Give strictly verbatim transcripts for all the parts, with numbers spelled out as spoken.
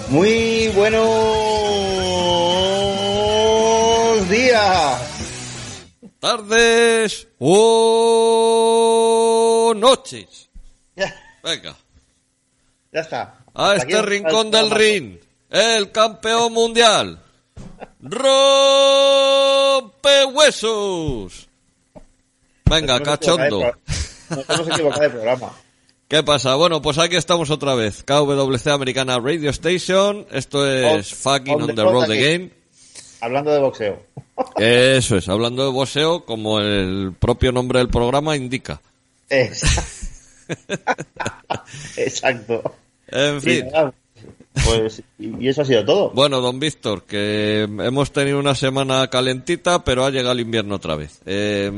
Muy buenos días. Tardes o noches. Ya. Venga. Ya está. A Hasta este aquí rincón el del programa. ring, el campeón mundial, Rompehuesos. Venga, Nos hemos equivocado de cachondo. pro- Nos hemos equivocado de programa. ¿Qué pasa? Bueno, pues aquí estamos otra vez. K W C Americana Radio Station. Esto es On- Fucking on on the the road Road again. Again. Hablando de boxeo. Eso es, hablando de boxeo, como el propio nombre del programa indica. Exacto. Exacto. En Y fin. nada, pues, y y eso ha sido todo. Bueno, don Víctor, que hemos tenido una semana calentita, pero ha llegado el invierno otra vez. Eh,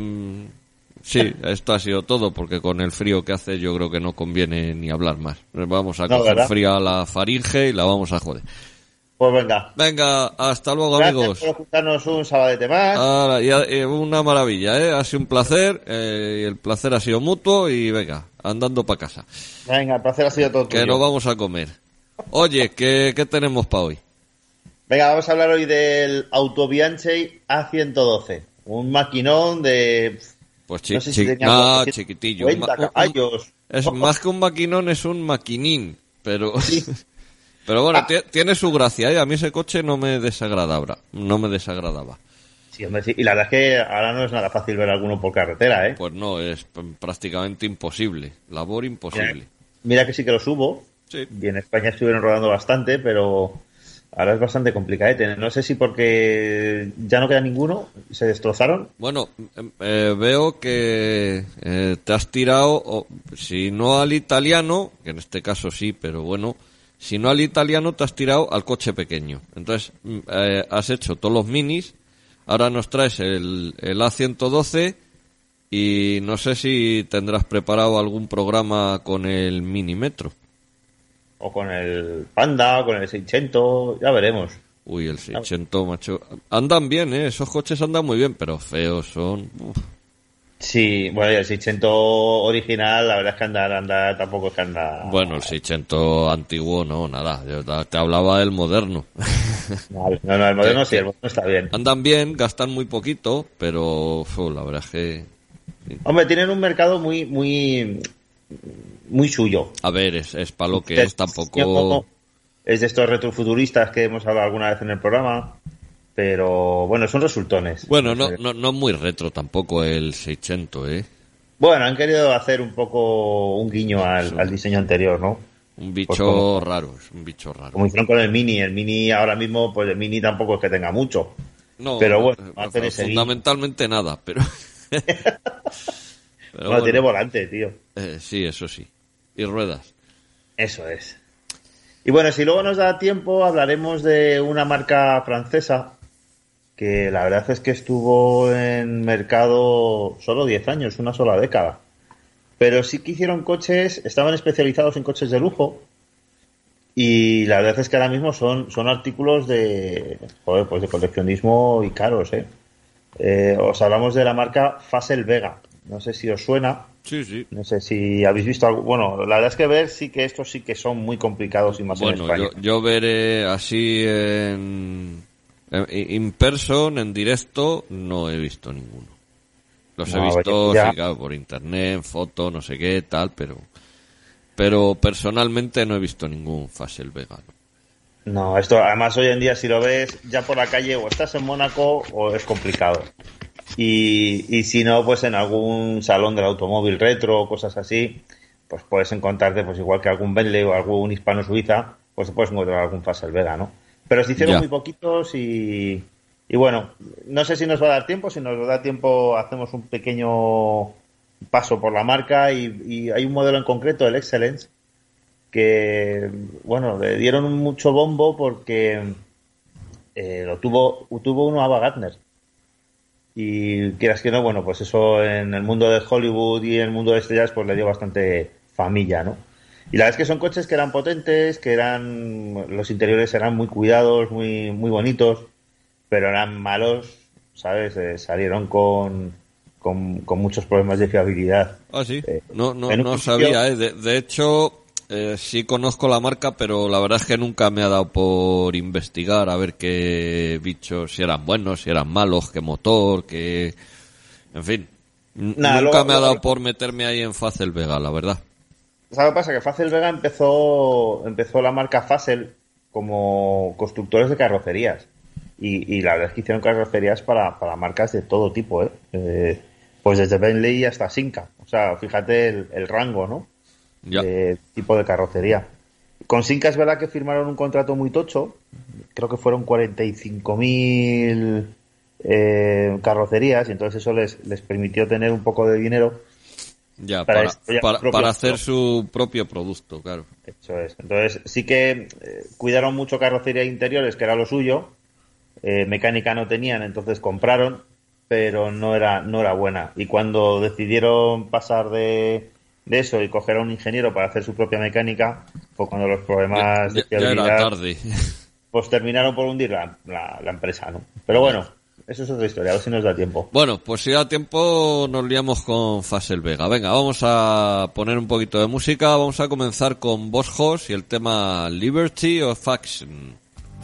sí, esto ha sido todo, porque con el frío que hace yo creo que no conviene ni hablar más. Vamos a No, coger ¿verdad? frío a la faringe y la vamos a joder. Pues venga. Venga, hasta luego, Gracias amigos. por escucharnos un sabadete más. Ahora, ya, eh, una maravilla, ¿eh? Ha sido un placer, eh, y el placer ha sido mutuo y venga, andando para casa. Venga, el placer ha sido todo Que tuyo. nos vamos a comer. Oye, ¿qué, qué tenemos para hoy? Venga, vamos a hablar hoy del Autobianchi A ciento doce. Un maquinón de... Pues chi- No sé si chi- tenía nah, cuatrocientos chiquitillo. Un cincuenta ma- un- caballos. Es más que un maquinón, es un maquinín, pero Sí. pero bueno, ti- tiene su gracia, ¿eh? A mí ese coche no me desagradaba, no me desagradaba. Sí, hombre, sí. Y la verdad es que ahora no es nada fácil ver alguno por carretera, ¿eh? Pues no, es p- prácticamente imposible, labor imposible. Mira que sí que los hubo. Sí. Y en España estuvieron rodando bastante, pero ahora es bastante complicadete. No sé si porque ya no queda ninguno, se destrozaron. Bueno, em, eh, veo que eh, te has tirado, o, si no al italiano, que en este caso sí, pero bueno, si no al italiano te has tirado al coche pequeño. Entonces, mm, eh, has hecho todos los minis, ahora nos traes el, el A ciento doce y no sé si tendrás preparado algún programa con el mini metro. O con el Panda, o con el seiscientos, ya veremos. Uy, el seiscientos, macho. Andan bien, ¿eh? Esos coches andan muy bien, pero feos son. Uf. Sí, bueno, y el seiscientos original, la verdad es que andar, andar tampoco es que anda... Bueno, el seiscientos antiguo no, nada. Yo ta- te hablaba del moderno. Vale. No, no, el moderno Que- sí, el moderno está bien. Andan bien, gastan muy poquito, pero uf, la verdad es que... Hombre, tienen un mercado muy, muy, muy suyo. A ver, es, es para lo que es tampoco... Es de estos retrofuturistas que hemos hablado alguna vez en el programa, pero bueno, son resultones. Bueno, no, no, no es muy retro tampoco el seiscientos, ¿eh? Bueno, han querido hacer un poco un guiño al, Sí. al diseño anterior, ¿no? Un bicho Pues como- raro, es un bicho raro. Como hicieron con el Mini. El Mini ahora mismo, pues el Mini tampoco es que tenga mucho. No, pero bueno, eh, hacen ese guiño. fundamentalmente nada, pero... pero Bueno, bueno, tiene volante, tío. eh, sí, eso sí. Y ruedas. Eso es. Y bueno, si luego nos da tiempo, hablaremos de una marca francesa que la verdad es que estuvo en mercado solo diez años, una sola década. Pero sí que hicieron coches, estaban especializados en coches de lujo y la verdad es que ahora mismo son, son artículos de, joder, pues de coleccionismo y caros, ¿eh? Eh, os hablamos de la marca Fasel Vega. No sé si os suena. Sí, sí. No sé si habéis visto algo. Bueno, la verdad es que ver sí que estos sí que son muy complicados y más en Bueno, España. yo, yo veré así en, en in person, en directo, no he visto ninguno. Los he No, visto, ya- sí, claro, por internet, en foto, no sé qué, tal, pero pero personalmente no he visto ningún Fasel vegano. No, esto además hoy en día si lo ves ya por la calle o estás en Mónaco o es complicado. Y, y si no, pues en algún salón del automóvil retro o cosas así, pues puedes encontrarte, pues igual que algún Bentley o algún hispano-suiza, pues puedes encontrar algún Fasel Vega, ¿no? Pero se hicieron Ya. muy poquitos y, y bueno, no sé si nos va a dar tiempo, si nos da tiempo hacemos un pequeño paso por la marca y, y hay un modelo en concreto, el Excellence, que, bueno, le dieron mucho bombo porque eh, lo tuvo, tuvo uno Ava Gardner. Y quieras que no, bueno, pues eso en el mundo de Hollywood y en el mundo de estrellas pues le dio bastante familla, ¿no? Y la verdad es que son coches que eran potentes, que eran, los interiores eran muy cuidados, muy, muy bonitos, pero eran malos, ¿sabes? Eh, salieron con, con, con muchos problemas de fiabilidad. Ah, sí. Eh, No, no, en un no principio- sabía, ¿eh? De, de hecho, eh, sí conozco la marca, pero la verdad es que nunca me ha dado por investigar a ver qué bichos, si eran buenos, si eran malos, qué motor, qué... En fin, Nah, nunca luego, me ha dado luego... por meterme ahí en Facel Vega, la verdad. ¿Sabes lo que pasa? Que Facel Vega empezó, empezó la marca Facel como constructores de carrocerías. Y, y la verdad es que hicieron carrocerías para, para marcas de todo tipo, ¿eh? eh pues desde Bentley hasta Simca. O sea, fíjate el, el rango, ¿no? Ya. De tipo de carrocería. Con Simca es verdad que firmaron un contrato muy tocho. Creo que fueron cuarenta y cinco mil eh, carrocerías. Y entonces eso les, les permitió tener un poco de dinero. Ya, para, para, para, para hacer su propio producto, claro. Eso es. Entonces sí que eh, cuidaron mucho carrocería interiores, que era lo suyo. Eh, mecánica no tenían, entonces compraron, pero no era no era buena. Y cuando decidieron pasar de, de eso y coger a un ingeniero para hacer su propia mecánica, fue cuando los problemas ya, ya, de fiabilidad, ya era tarde. Pues terminaron por hundir la, la, la empresa, ¿no? Pero bueno, eso es otra historia, a ver si nos da tiempo. Bueno, pues si da tiempo nos liamos con Facel Vega. Venga, vamos a poner un poquito de música. Vamos a comenzar con Boss Hoss y el tema Liberty of Action.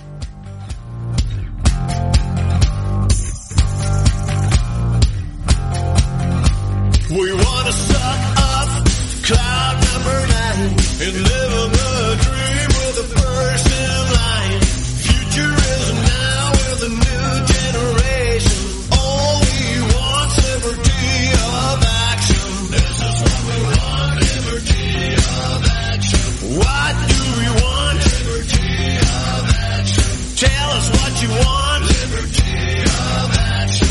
We wanna suck up cloud number nine and live on the dream with the first in line. Future is now with a new generation. All we want is liberty of action. This is what we want, liberty of action. What do we want? Liberty of action. Tell us what you want. Liberty of action.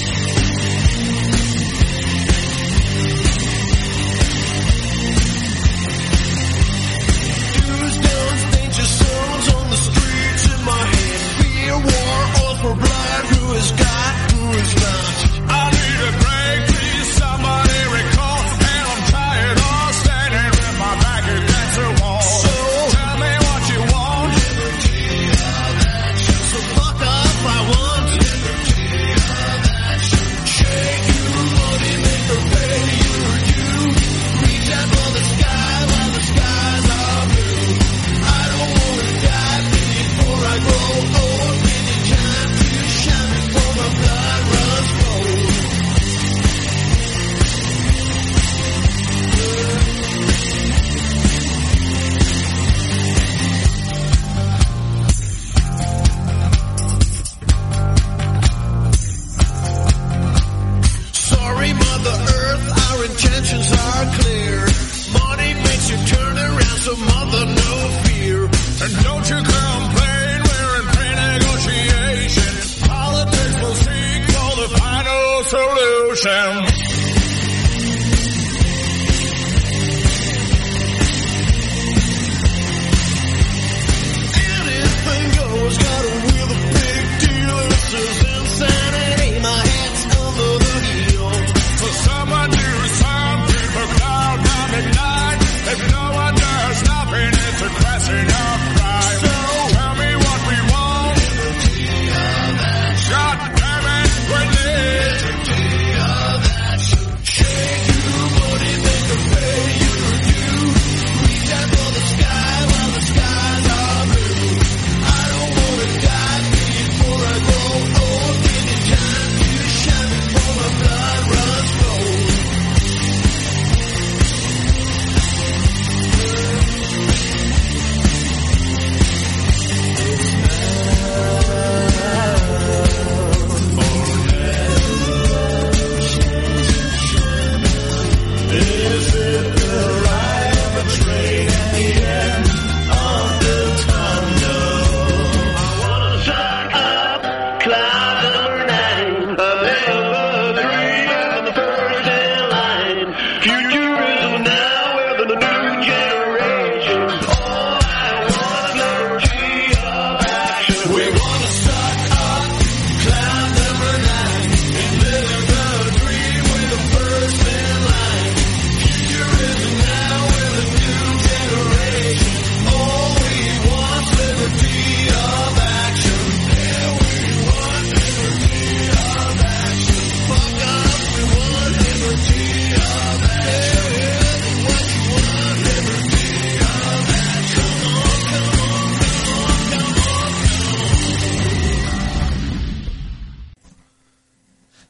On the streets in my head, fear, war, oath for blood. Who is God, who is not? I need a break, please somebody recall. And I'm tired of standing with my back against the wall. So tell me what you want. Liberty of action. So fuck up, I want liberty of action. Shake you, money maker, pay your due. Reach out for the sky while the skies are blue. I don't wanna die before I grow old. Maybe time to shine before my blood runs cold. Sorry, Mother Earth, our intentions are clear. Money makes you turn around, so mother, no fear. And don't you complain, we're in pre-negotiation. Politics will seek for the final solution. Anything goes, gotta wheel a big deal. This is insanity, my head's under the heel. For someone do something for cloud nine at night. If no one does nothing, it's a question of pride. So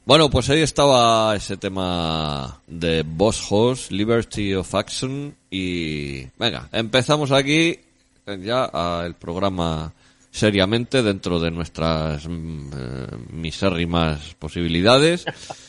Bueno, pues ahí estaba ese tema de Boss Hoss, Liberty of Action y... Venga, empezamos aquí ya a el programa seriamente dentro de nuestras mm, eh, misérrimas posibilidades.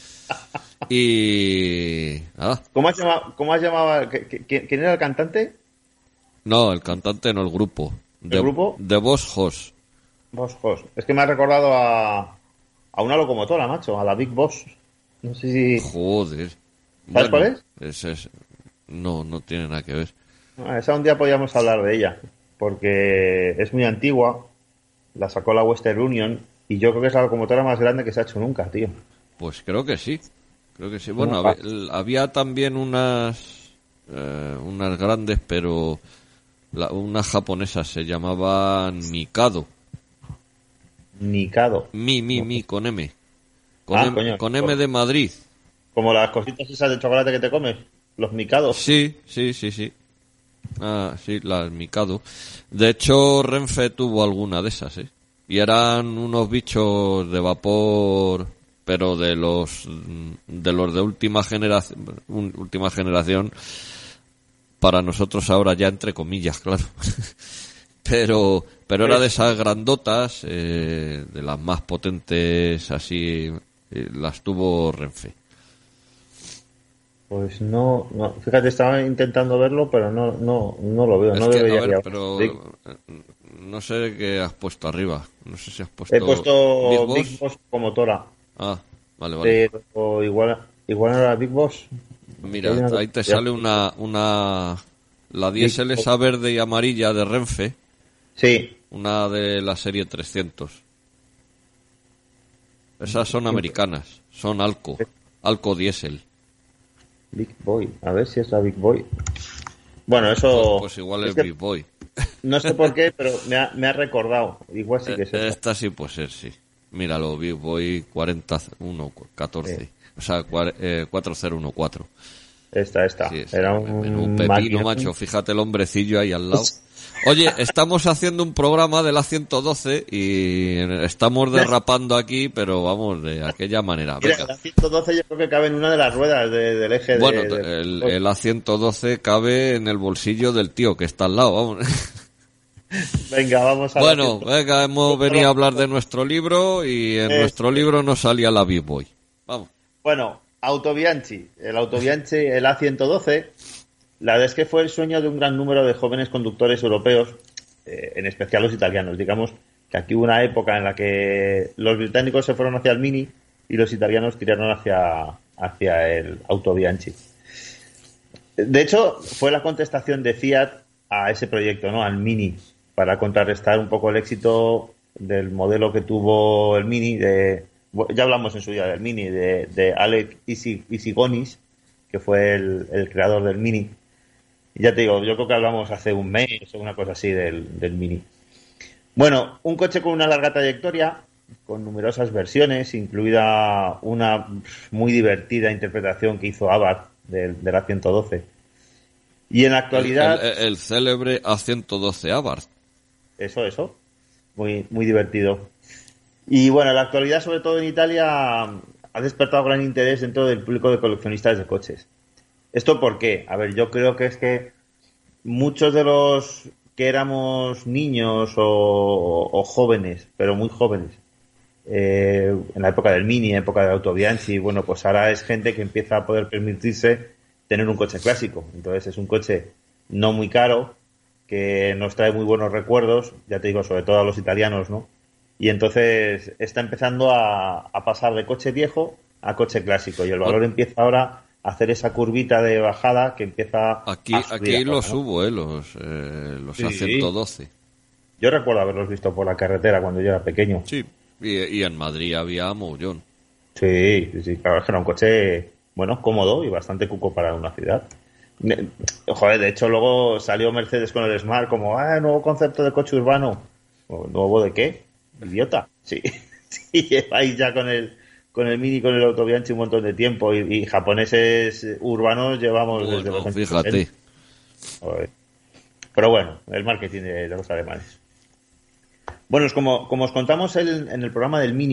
Y... Ah, ¿Cómo has llamado? ¿Cómo has llamado? ¿Qui- qui- ¿Quién era el cantante? no, el cantante no, el grupo. ¿El De, grupo? de Boss Hoss. Boss Hoss. Es que me ha recordado a, a una locomotora, macho, a la Big Boss. No sé si... Joder. ¿Sabes cuál es? Ese es? No, no tiene nada que ver. Ah, esa un día podíamos hablar de ella, porque es muy antigua, la sacó la Western Union, y yo creo que es la locomotora más grande que se ha hecho nunca, tío. Pues creo que sí. Creo que sí. Bueno, No, hab- el- había también unas eh, unas grandes, pero la- unas japonesas se llamaban Mikado. Nikado. Mi, mi, mi, con M. Con, Ah, M, coño. con M de Madrid. Como las cositas esas de chocolate que te comes, los Mikados. Sí, sí, sí, sí. Ah, sí, las Mikado. De hecho, Renfe tuvo alguna de esas, ¿eh? Y eran unos bichos de vapor, pero de los de los de última generación, última generación, para nosotros ahora ya entre comillas, claro. pero pero era de esas grandotas, eh, de las más potentes, así, eh, las tuvo Renfe. Pues no, no, fíjate, estaba intentando verlo, pero no, no, no lo veo. Es no que, a debería ver, llevar. pero Sí. eh, no sé qué has puesto arriba. No sé si has puesto He puesto Big Boss. Big Boss como Tora, Ah, vale, vale. pero igual, igual no era Big Boss. Mira, Hay una- ahí te sale una, una, la diésel esa verde y amarilla de Renfe, Sí, una de la serie trescientos. Esas son americanas, son Alco, Alco diésel. Big Boy. A ver si es la Big Boy. Bueno, eso... Pues, pues igual es que Big Boy. No sé por qué, pero me ha, me ha recordado. Igual sí que es Eh, esa. Esta sí puede ser, sí. Míralo, Big Boy cuarenta uno catorce. Sí. O sea, cua- eh, cuatro cero uno cuatro. Esta, esta. Sí, sí, Era un un pepino, máquina. macho. Fíjate el hombrecillo ahí al lado. Oye, estamos haciendo un programa de la ciento doce y estamos derrapando aquí, pero vamos, de aquella manera. Mira, Venga. la ciento doce yo creo que cabe en una de las ruedas de- del eje de... Bueno, de- el, el A ciento doce cabe en el bolsillo del tío que está al lado, vamos. Venga, vamos a... la Bueno, ciento- venga, hemos venido a hablar de nuestro libro y en Eh, nuestro libro nos salía la Big Boy. Vamos. Bueno, Autobianchi. El Autobianchi, el A ciento doce, la verdad es que fue el sueño de un gran número de jóvenes conductores europeos, eh, en especial los italianos. Digamos que aquí hubo una época en la que los británicos se fueron hacia el Mini y los italianos tiraron hacia, hacia el Autobianchi. De hecho, fue la contestación de Fiat a ese proyecto, ¿no? Al Mini, para contrarrestar un poco el éxito del modelo que tuvo el Mini, de, bueno, ya hablamos en su día del Mini, de, de Alec Isi- Isigonis, que fue el, el creador del Mini. Y ya te digo, yo creo que hablamos hace un mes o una cosa así del, del Mini. Bueno, un coche con una larga trayectoria, con numerosas versiones, incluida una muy divertida interpretación que hizo Abarth del, del A ciento doce. Y en la actualidad... El, el- el célebre A ciento doce Abarth. Eso, eso. Muy, muy divertido. Y bueno, en la actualidad, sobre todo en Italia, ha despertado gran interés dentro del público de coleccionistas de coches. ¿Esto por qué? A ver, yo creo que es que muchos de los que éramos niños o, o jóvenes, pero muy jóvenes, eh, en la época del Mini, época del Autobianchi, bueno, pues ahora es gente que empieza a poder permitirse tener un coche clásico. Entonces es un coche no muy caro, que nos trae muy buenos recuerdos, ya te digo, sobre todo a los italianos, ¿no? Y entonces está empezando a, a pasar de coche viejo a coche clásico, y el valor empieza ahora a hacer esa curvita de bajada que empieza Aquí, a subir aquí ahora, los ¿no? hubo, ¿eh? Los, eh, los Sí. A ciento doce. Yo recuerdo haberlos visto por la carretera cuando yo era pequeño. Sí. Y, y en Madrid había mogollón. Sí, sí, sí, claro, es que era un coche, bueno, cómodo y bastante cuco para una ciudad. Ne- Joder, de hecho luego salió Mercedes con el Smart como, ah, nuevo concepto de coche urbano. ¿Nuevo de qué? Idiota. Sí, sí, lleváis ya con el con el Mini, con el Autobianchi un montón de tiempo y, y japoneses urbanos llevamos desde Bueno, los años fíjate. setenta. Joder. Pero bueno, el marketing de, de los alemanes. Bueno, es como, como os contamos el- en el programa del Mini,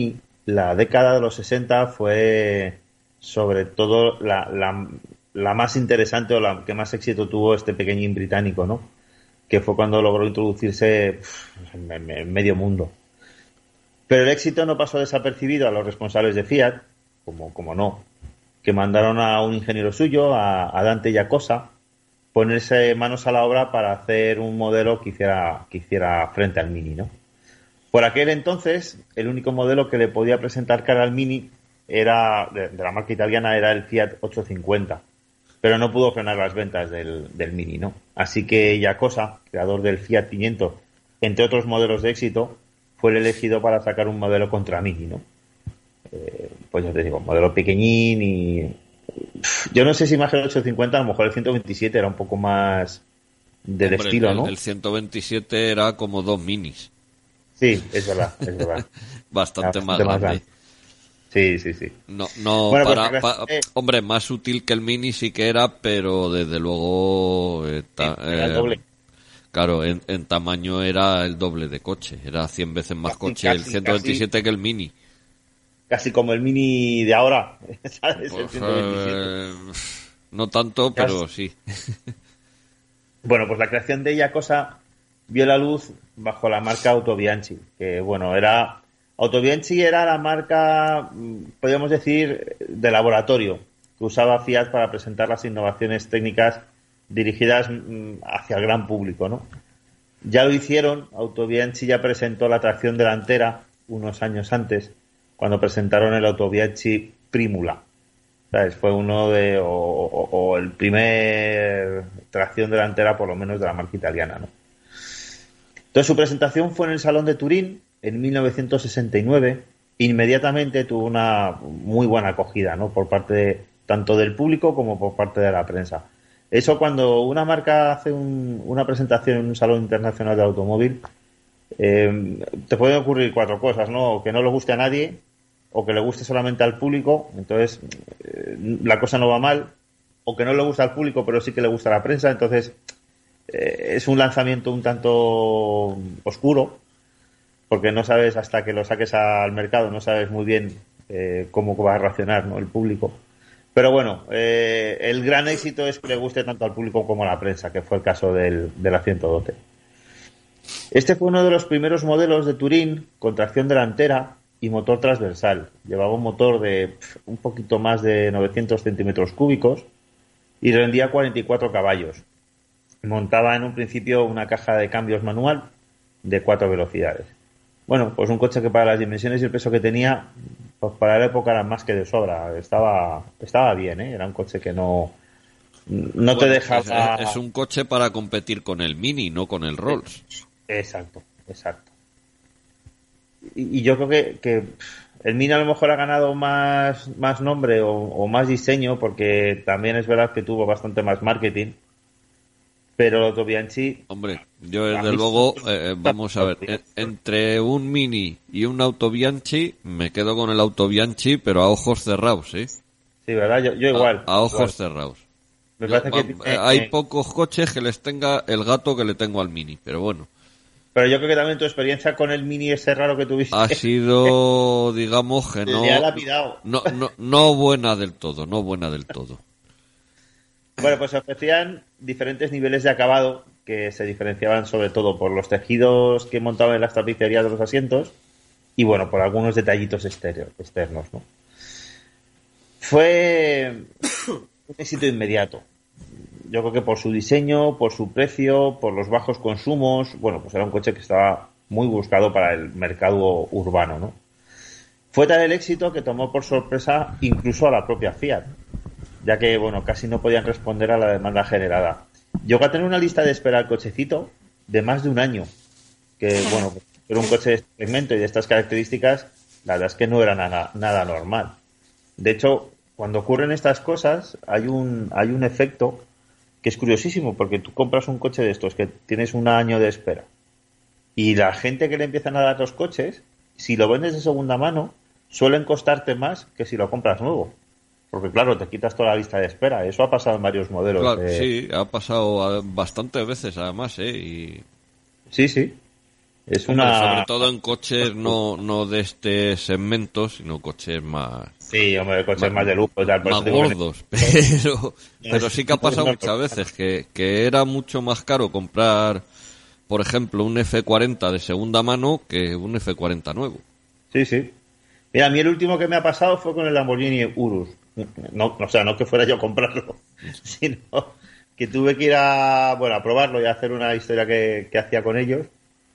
la década de los sesenta fue sobre todo la, la, la más interesante o la que más éxito tuvo este pequeñín británico, ¿no? Que fue cuando logró introducirse pff, en, en medio mundo. Pero el éxito no pasó desapercibido a los responsables de Fiat, como, como no, que mandaron a un ingeniero suyo, a, a Dante Giacosa, ponerse manos a la obra para hacer un modelo que hiciera, que hiciera frente al Mini, ¿no? Por aquel entonces, el único modelo que le podía presentar cara al Mini era de, de la marca italiana era el Fiat ochocientos cincuenta, pero no pudo frenar las ventas del, del Mini, ¿no? Así que Giacosa, creador del Fiat quinientos, entre otros modelos de éxito, fue el elegido para sacar un modelo contra Mini, ¿no? Eh, pues ya te digo, modelo pequeñín y... Yo no sé si más que el ochocientos cincuenta, a lo mejor el ciento veintisiete era un poco más del Hombre, estilo, el, ¿no? El ciento veintisiete era como dos minis. Sí, es verdad, es verdad. Bastante, Bastante más más grande. grande. Sí, sí, sí. No, no Bueno, pues para, la pa- clase- eh, hombre, más útil que el Mini sí que era, pero desde luego eh, ta- Sí, era el eh, doble. claro, en, en tamaño era el doble de coche, era cien veces más Casi, coche el casi, ciento veintisiete que el Mini. Casi como el Mini de ahora, ¿sabes? El Pues, ciento veintisiete. eh, no tanto, Ya pero sí. Bueno, pues la creación de Giacosa vio la luz bajo la marca Autobianchi, que bueno, era Autobianchi era la marca, mm, podríamos decir, de laboratorio que usaba Fiat para presentar las innovaciones técnicas dirigidas mm, hacia el gran público, ¿no? Ya lo hicieron, Autobianchi ya presentó la tracción delantera unos años antes, cuando presentaron el Autobianchi Primula. ¿Sabes? Fue uno de, o, o- o el primer tracción delantera, por lo menos, de la marca italiana, ¿no? Entonces, su presentación fue en el Salón de Turín en mil novecientos sesenta y nueve. Inmediatamente tuvo una muy buena acogida, ¿no? Por parte de- tanto del público como por parte de la prensa. Eso cuando una marca hace un- una presentación en un salón internacional de automóvil, eh, te pueden ocurrir cuatro cosas, ¿no? O que no le guste a nadie, o que le guste solamente al público, entonces eh, la cosa no va mal, o que no le gusta al público, pero sí que le gusta a la prensa, entonces eh, es un lanzamiento un tanto oscuro, porque no sabes hasta que lo saques al mercado, no sabes muy bien eh, cómo va a reaccionar, ¿no? El público. Pero bueno, eh, el gran éxito es que le guste tanto al público como a la prensa, que fue el caso del, de la ciento doce. Este fue uno de los primeros modelos de Turín con tracción delantera y motor transversal. Llevaba un motor de pf, un poquito más de novecientos centímetros cúbicos y rendía cuarenta y cuatro caballos. Montaba en un principio una caja de cambios manual de cuatro velocidades. Bueno, pues un coche que para las dimensiones y el peso que tenía, pues para la época era más que de sobra. Estaba, estaba bien, ¿eh? Era un coche que no, no te Bueno, dejaba... es, es un coche para competir con el Mini, no con el Rolls. Exacto, exacto. Y, y yo creo que, que el Mini a lo mejor ha ganado más, más nombre o, o más diseño, porque también es verdad que tuvo bastante más marketing. Pero el Autobianchi, Hombre, yo A desde mí luego, sí. eh, vamos a ver, en- entre un Mini y un Autobianchi, me quedo con el Autobianchi, pero a ojos cerrados, ¿sí? sí, ¿verdad? Yo, yo igual. A, a ojos igual. cerrados. Me Yo, parece que va- tiene- eh, hay eh, pocos coches que les tenga el gato que le tengo al Mini, pero bueno. Pero yo creo que también tu experiencia con el Mini ese raro que tuviste Ha sido, digamos que no, le ha lapidado. no, no, no buena del todo, no buena del todo. Bueno, pues se ofrecían diferentes niveles de acabado que se diferenciaban sobre todo por los tejidos que montaban en las tapicerías de los asientos y bueno, por algunos detallitos exterior- externos, ¿no? Fue un éxito inmediato. Yo creo que por su diseño, por su precio, por los bajos consumos, bueno, pues era un coche que estaba muy buscado para el mercado urbano, ¿no? Fue tal el éxito que tomó por sorpresa incluso a la propia Fiat, ya que, bueno, casi no podían responder a la demanda generada. Llegó a tener una lista de espera al cochecito de más de un año, que, bueno, pues, era un coche de este segmento y de estas características, la verdad es que no era nada, nada normal. De hecho, cuando ocurren estas cosas, hay un, hay un efecto que es curiosísimo, porque tú compras un coche de estos que tienes un año de espera y la gente que le empiezan a dar los coches, si lo vendes de segunda mano, suelen costarte más que si lo compras nuevo. Porque claro, te quitas toda la lista de espera. Eso ha pasado en varios modelos. Claro, eh. sí, ha pasado ah, bastantes veces además, ¿eh? Y Sí, sí. Es Hombre, una... sobre todo en coches no no de este segmento, sino coches más Sí, hombre, coches más, más de lujo y tal. Por más eso digo gordos, que... pero pero sí que ha pasado muchas veces que, que era mucho más caro comprar, por ejemplo, un F cuarenta de segunda mano que un F cuarenta nuevo. Sí, sí. Mira, a mí el último que me ha pasado fue con el Lamborghini Urus. No, o sea, no que fuera yo a comprarlo, sino que tuve que ir a, bueno, a probarlo y a hacer una historia que, que hacía con ellos.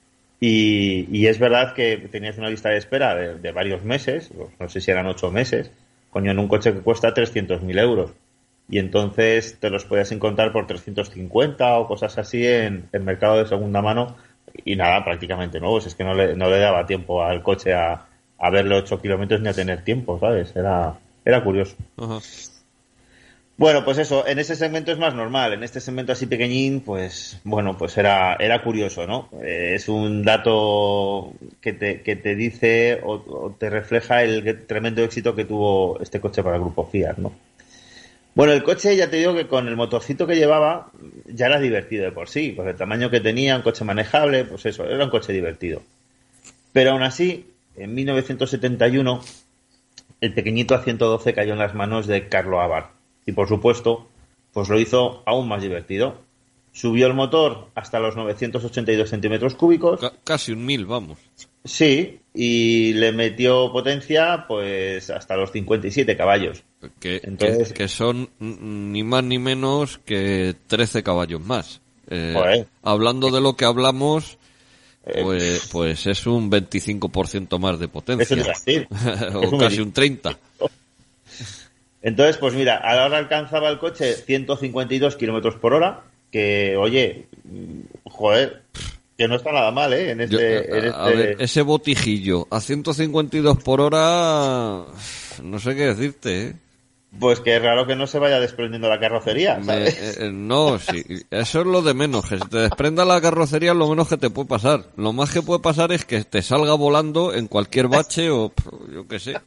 Y, y es verdad que tenías una lista de espera de, de varios meses, no sé si eran ocho meses, coño, en un coche que cuesta trescientos mil euros. Y entonces te los podías encontrar por trescientos cincuenta o cosas así en el mercado de segunda mano. Y nada, prácticamente nuevos. Es que no le, no le daba tiempo al coche a, a verle ocho kilómetros ni a tener tiempo, ¿sabes? Era, era curioso. Ajá. Bueno, pues eso, en ese segmento es más normal. En este segmento así pequeñín, pues bueno, pues era, era curioso, ¿no? Eh, es un dato que te, que te dice o, o te refleja el tremendo éxito que tuvo este coche para el grupo Fiat, ¿no? Bueno, el coche, ya te digo que con el motorcito que llevaba ya era divertido de por sí, con el tamaño que tenía, un coche manejable, pues eso, era un coche divertido. Pero aún así, en mil novecientos setenta y uno, el pequeñito A ciento doce cayó en las manos de Carlo Abarth. Y por supuesto, pues lo hizo aún más divertido. Subió el motor hasta los novecientos ochenta y dos centímetros cúbicos. C- casi un mil, vamos. Sí, y le metió potencia pues hasta los cincuenta y siete caballos. Que, Entonces, que, que son ni más ni menos que trece caballos más. Eh, Joder. Hablando de lo que hablamos, Eh, pues, pues es un veinticinco por ciento más de potencia. Eso te iba a decir. o Es un casi un treinta. Entonces, pues mira, ahora alcanzaba el coche ciento cincuenta y dos kilómetros por hora, que, oye, joder, que no está nada mal, ¿eh? En este, Yo, en este... a ver, ese botijillo a ciento cincuenta y dos por hora, no sé qué decirte, ¿eh? Pues que es raro que no se vaya desprendiendo la carrocería, ¿sabes? Me, eh, no, sí, eso es lo de menos, que se te desprenda la carrocería es lo menos que te puede pasar. Lo más que puede pasar es que te salga volando en cualquier bache o yo qué sé.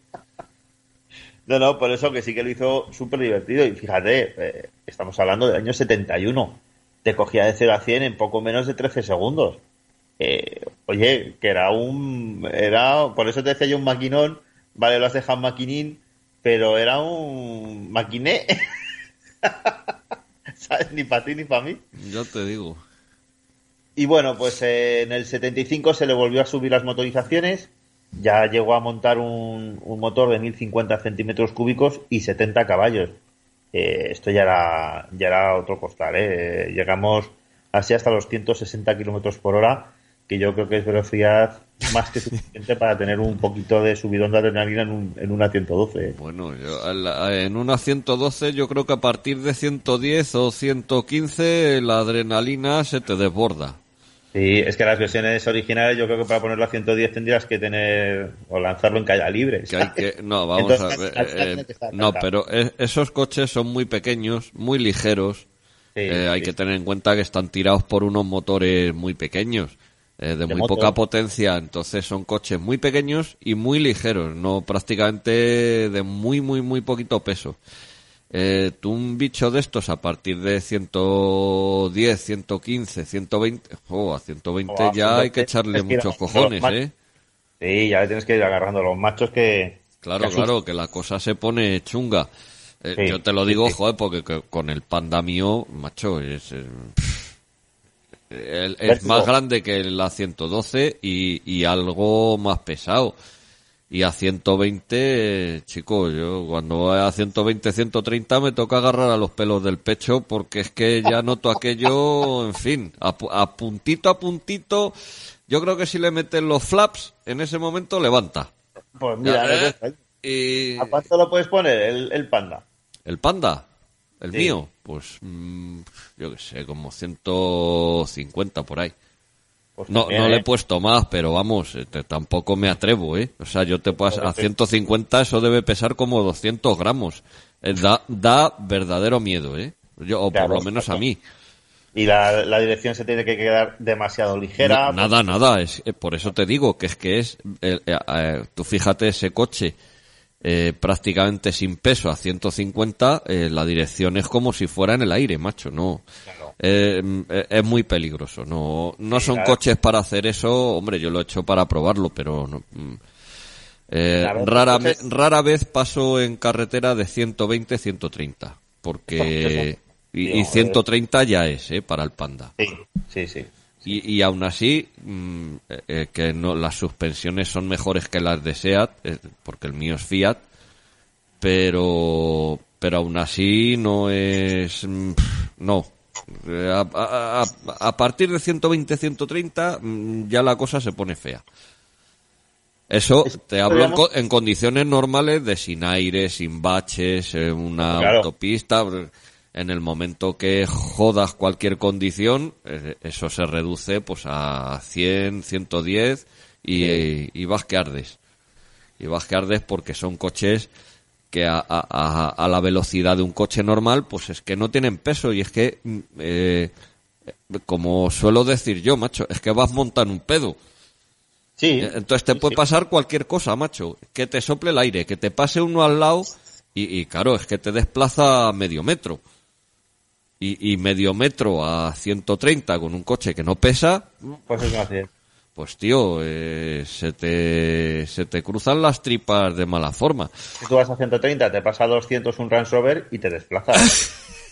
No, no, por eso que sí que lo hizo súper divertido. Y fíjate, eh, estamos hablando del año setenta y uno. Te cogía de cero a cien en poco menos de trece segundos. Eh, oye, que era un... era Por eso te decía yo un maquinón. Vale, lo has dejado maquinín, pero era un maquiné. ¿Sabes? Ni para ti ni para mí. Yo te digo. Y bueno, pues eh, en el setenta y cinco se le volvió a subir las motorizaciones. Ya llegó a montar un, un motor de mil cincuenta centímetros cúbicos y setenta caballos. Eh, esto ya era, ya era otro costal, ¿eh? Llegamos así hasta los ciento sesenta kilómetros por hora, que yo creo que es velocidad más que suficiente para tener un poquito de subidón de adrenalina en, un, en una ciento doce. ¿eh? Bueno, yo, en una ciento doce yo creo que a partir de ciento diez o ciento quince la adrenalina se te desborda. Sí, es que las versiones originales yo creo que para ponerlo a ciento diez tendrías que tener o lanzarlo en caída libre. Que hay que, no, vamos Entonces, a ver. al final Eh, tiene que estar no, cargado. pero es- esos coches son muy pequeños, muy ligeros. Sí, Eh, hay sí. que tener en cuenta que están tirados por unos motores muy pequeños, eh, de, De muy moto. poca potencia. Entonces son coches muy pequeños y muy ligeros, no prácticamente de muy, muy, muy poquito peso. Eh, tú un bicho de estos a partir de ciento diez, ciento quince, ciento veinte, oh, a ciento veinte Oh, a ya hay ciento veinte que echarle es que muchos no, cojones, no, ¿eh? Sí, ya le tienes que ir agarrando a los machos que... Claro, que asustan. claro, que la cosa se pone chunga. Eh, Sí, yo te lo sí, digo, sí. joder, porque que- con el panda mío, macho, es, eh, el- es Vértigo. más grande que la ciento doce y, y algo más pesado. Y a ciento veinte, eh, chico, yo cuando voy a ciento veinte, ciento treinta me toca agarrar a los pelos del pecho porque es que ya noto aquello, en fin, a, pu- a puntito a puntito. Yo creo que si le meten los flaps, en ese momento levanta. Pues mira, Ya, no eh, sé. y... ¿A cuánto lo puedes poner el, el panda? ¿El panda? ¿El Sí. mío? Pues, mm, yo qué sé, como ciento cincuenta por ahí. Pues No, también, no le he ¿eh? puesto más, pero vamos, eh, te- tampoco me atrevo, ¿eh? O sea, yo te puedo... Joder, A sí. ciento cincuenta eso debe pesar como doscientos gramos. Eh, da, da verdadero miedo, ¿eh? Yo, o Claro, por lo menos a claro. mí. Y la, la dirección se tiene que quedar demasiado ligera. Na- nada, nada. Es, eh, por eso te digo que es que es... eh, eh, eh, tú fíjate ese coche eh, prácticamente sin peso a ciento cincuenta, eh, la dirección es como si fuera en el aire, macho. No, Claro. eh, es muy peligroso. No, no Sí, son claro. coches para hacer eso. Hombre, yo lo he hecho para probarlo, pero no, mm, eh, Claro, rara, entonces- me- rara vez paso en carretera de ciento veinte, ciento treinta. Porque... Y, Tío, y eh. ciento treinta ya es, ¿eh? Para el Panda. Sí, sí, sí. Y, y aún así, mm, eh, eh, que no las suspensiones son mejores que las de SEAT, eh, porque el mío es Fiat, pero pero aún así no es... mm, no. Eh, A, a- a- a partir de ciento veinte, ciento treinta mm, ya la cosa se pone fea. Eso Es- te hablo en, podríamos- co- en condiciones normales de sin aire, sin baches, en una Claro. autopista. En el momento que jodas cualquier condición, eh, eso se reduce pues a cien, ciento diez y, y vas que ardes. Y vas que ardes porque son coches que a, a- a- a la velocidad de un coche normal, pues es que no tienen peso. Y es que, mm, eh, como suelo decir yo, macho, es que vas montando un pedo. Sí. Entonces te Sí, puede sí. pasar cualquier cosa, macho. Que te sople el aire, que te pase uno al lado y, y claro, es que te desplaza medio metro. Y, y medio metro a ciento treinta con un coche que no pesa, Pues es así. pues tío, eh, se te se te cruzan las tripas de mala forma. Si tú vas a ciento treinta, te pasa a doscientos un Range Rover y te desplazas.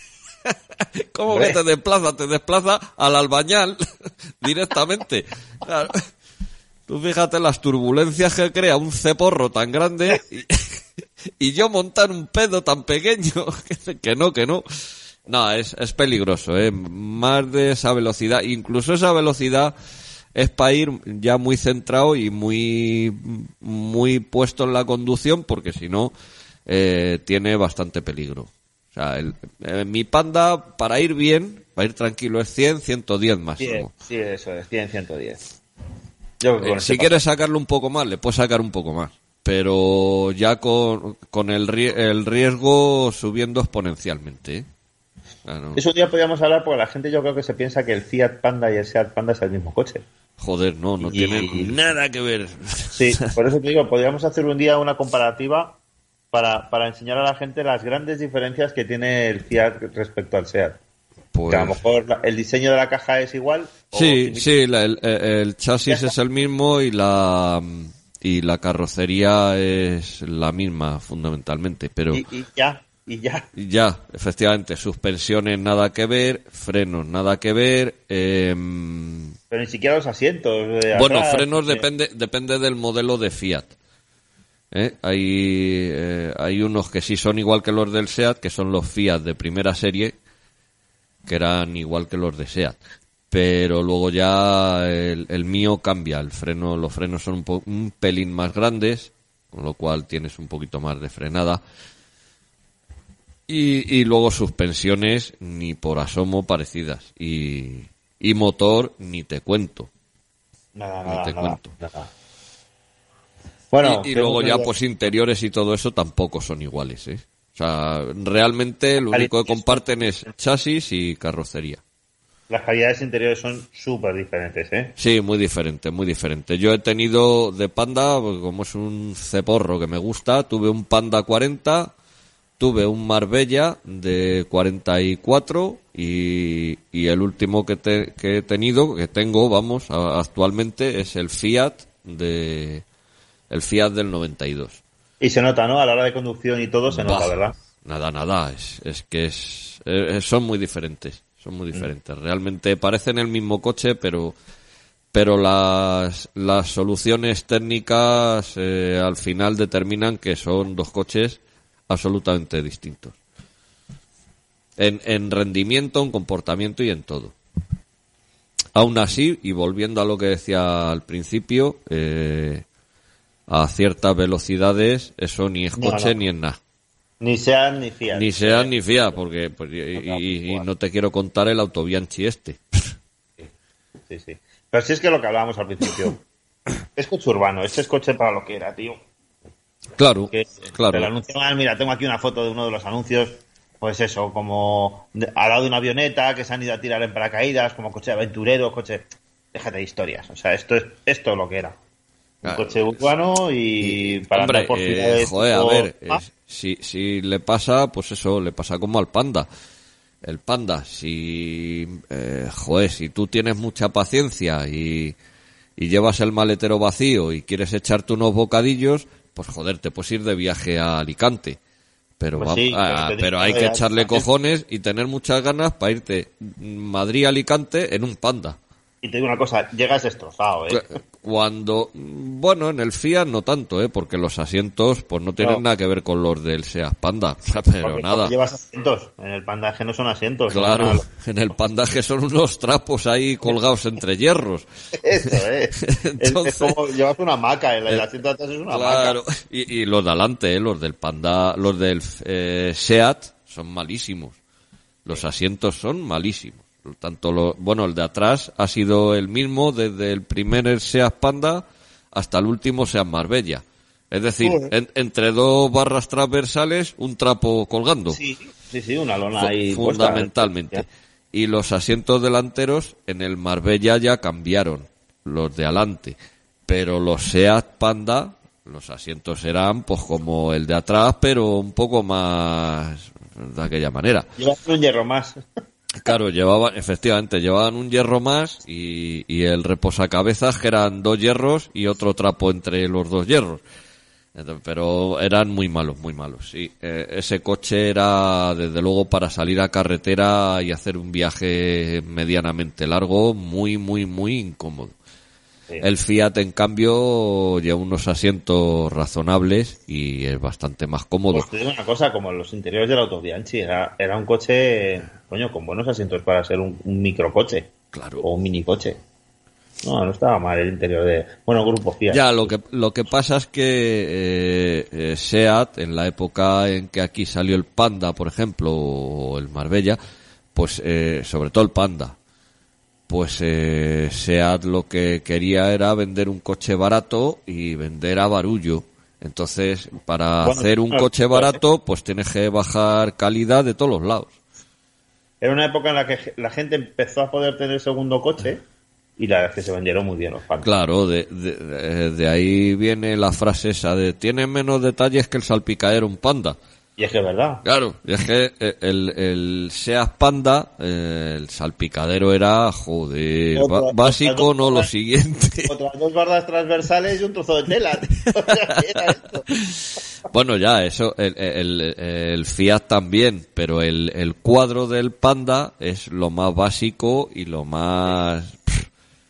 ¿Cómo Hombre. que te desplaza? Te desplaza al albañal directamente. Claro. Tú fíjate las turbulencias que crea un ceporro tan grande y, y yo montar un pedo tan pequeño que, que no, que no. No, es, es peligroso, ¿eh? Más de esa velocidad. Incluso esa velocidad es para ir ya muy centrado y muy, muy puesto en la conducción porque si no, eh, tiene bastante peligro. O sea, el, eh, mi Panda, para ir bien, para ir tranquilo, es cien, ciento diez Sí, máximo. sí, eso es, cien, ciento diez. Yo creo que Eh, con si este quieres sacarlo un poco más, le puedes sacar un poco más. Pero ya con, con el, rie- el riesgo subiendo exponencialmente. ¿eh? Claro. Eso un día podríamos hablar porque la gente yo creo que se piensa que el Fiat Panda y el Seat Panda es el mismo coche. Joder, no, no Y- tienen nada que ver. Sí, por eso te digo, podríamos hacer un día una comparativa para, para enseñar a la gente las grandes diferencias que tiene el Fiat respecto al Seat. Pues- Que a lo mejor la- el diseño de la caja es igual. o Sí, similar. sí, la- el, el chasis Ya está. es el mismo y la y la carrocería es la misma fundamentalmente, pero Y, y ya, y ya. ya, efectivamente, suspensiones nada que ver, frenos nada que ver, em, Pero ni siquiera los asientos. de bueno, atrás, frenos eh, depende depende del modelo de Fiat. ¿eh? Hay eh, hay unos que sí son igual que los del Seat, que son los Fiat de primera serie, que eran igual que los de Seat. Pero luego ya el, el mío cambia, el freno, los frenos son un, po- un pelín más grandes, con lo cual tienes un poquito más de frenada. Y, y luego suspensiones ni por asomo parecidas. Y, y motor ni te cuento. Nada, Ni nada, te nada, cuento. nada. Bueno, y, y luego ya tenemos- pues interiores y todo eso tampoco son iguales, ¿eh? O sea, realmente lo único que comparten es chasis y carrocería. Las calidades interiores son súper diferentes, ¿eh? Sí, muy diferente, muy diferente. Yo he tenido de Panda, pues, como es un ceporro que me gusta, tuve un Panda cuarenta, tuve un Marbella de cuarenta y cuatro y, y el último que, te- que he tenido, que tengo, vamos, a- actualmente es el Fiat de el Fiat del noventa y dos. Y se nota, ¿no? A la hora de conducción y todo se nota, Bah, ¿verdad? Nada, nada, es, es que es, eh, son muy diferentes, son muy diferentes. Realmente parecen el mismo coche, pero pero las, las soluciones técnicas eh, al final determinan que son dos coches absolutamente distintos. En, en rendimiento, en comportamiento y en todo. Aún así, y volviendo a lo que decía al principio, eh, a ciertas velocidades eso ni es No, coche no. ni es nada. Ni sean ni Fiat. Ni Seat ni Fiat, porque pues, y, y- y no te quiero contar el Autobianchi este. Sí, sí. Pero sí es que lo que hablábamos al principio. Es coche urbano, este es coche para lo que era, tío. Claro, Que claro. el anuncio, ah, mira, tengo aquí una foto de uno de los anuncios, pues eso, como de- al lado de una avioneta que se han ido a tirar en paracaídas, como coche aventurero, coche... Déjate de historias, o sea, esto es esto es lo que era. Un Claro. coche urbano y para Hombre, andar por eh, ciudades joder, a tipo- ver, eh, Ah, si, si le pasa, pues eso, le pasa como al Panda. el Panda, si, eh, joder, si tú tienes mucha paciencia y, y llevas el maletero vacío y quieres echarte unos bocadillos, pues joder, te puedes ir de viaje a Alicante. Pero, Pues va- sí, ah, pero te pero digo, hay que ya- echarle cojones y tener muchas ganas para irte Madrid-Alicante en un Panda. Y te digo una cosa, llegas destrozado, ¿eh? Cuando, bueno, en el Fiat no tanto, ¿eh? Porque los asientos pues no tienen No. nada que ver con los del Seat Panda, pero Porque- nada. porque llevas asientos. En el Panda G no son asientos. son Claro, una- en el Panda que son unos trapos ahí colgados entre hierros. Eso, ¿eh? Es- Entonces- es como llevas una hamaca, el, el asiento de atrás es una Claro, hamaca. y, y los de adelante, ¿eh? Los del Panda, los del eh, Seat son malísimos. Los asientos son malísimos. Tanto lo, bueno, el de atrás ha sido el mismo desde el primer Seat Panda hasta el último Seat Marbella. Es decir, Joder. en- entre dos barras transversales, un trapo colgando. Sí, sí, sí, una lona Fu- ahí. fundamentalmente. puesta. Y los asientos delanteros en el Marbella ya cambiaron, los de adelante. Pero los Seat Panda, los asientos eran pues como el de atrás, pero un poco más de aquella manera. Llevas un hierro más. Claro, llevaban, efectivamente, llevaban un hierro más y, y el reposacabezas que eran dos hierros y otro trapo entre los dos hierros. Entonces, pero eran muy malos, muy malos, sí. Eh, ese coche era, desde luego, para salir a carretera y hacer un viaje medianamente largo, muy, muy, muy incómodo. Sí. El Fiat, en cambio, lleva unos asientos razonables y es bastante más cómodo. Pues te digo una cosa, como los interiores del Auto Bianchi, era, era un coche, coño, con buenos asientos para ser un, un microcoche. Claro. O un minicoche. No, no estaba mal el interior de... Bueno, Grupo Fiat. Ya, lo que lo que pasa es que eh, eh, Seat, en la época en que aquí salió el Panda, por ejemplo, o el Marbella, pues eh, sobre todo el Panda, pues eh, Seat lo que quería era vender un coche barato y vender a barullo. Entonces, para Bueno, hacer un claro, coche claro, barato, pues tienes que bajar calidad de todos los lados. Era una época en la que la gente empezó a poder tener segundo coche y la verdad es que se vendieron muy bien los Panda. Claro, de, de, de- de ahí viene la frase esa de tiene menos detalles que el salpicadero un Panda. Y es que es verdad. Claro, y es que el, el Seat Panda, eh, el salpicadero era, joder, Otra- ba- básico, otra- no lo siguiente. Otras dos barras transversales y un trozo de tela. tío. O sea, ¿qué era esto? Bueno, ya, eso, el, el, el Fiat también, pero el, el cuadro del Panda es lo más básico y lo más... pff,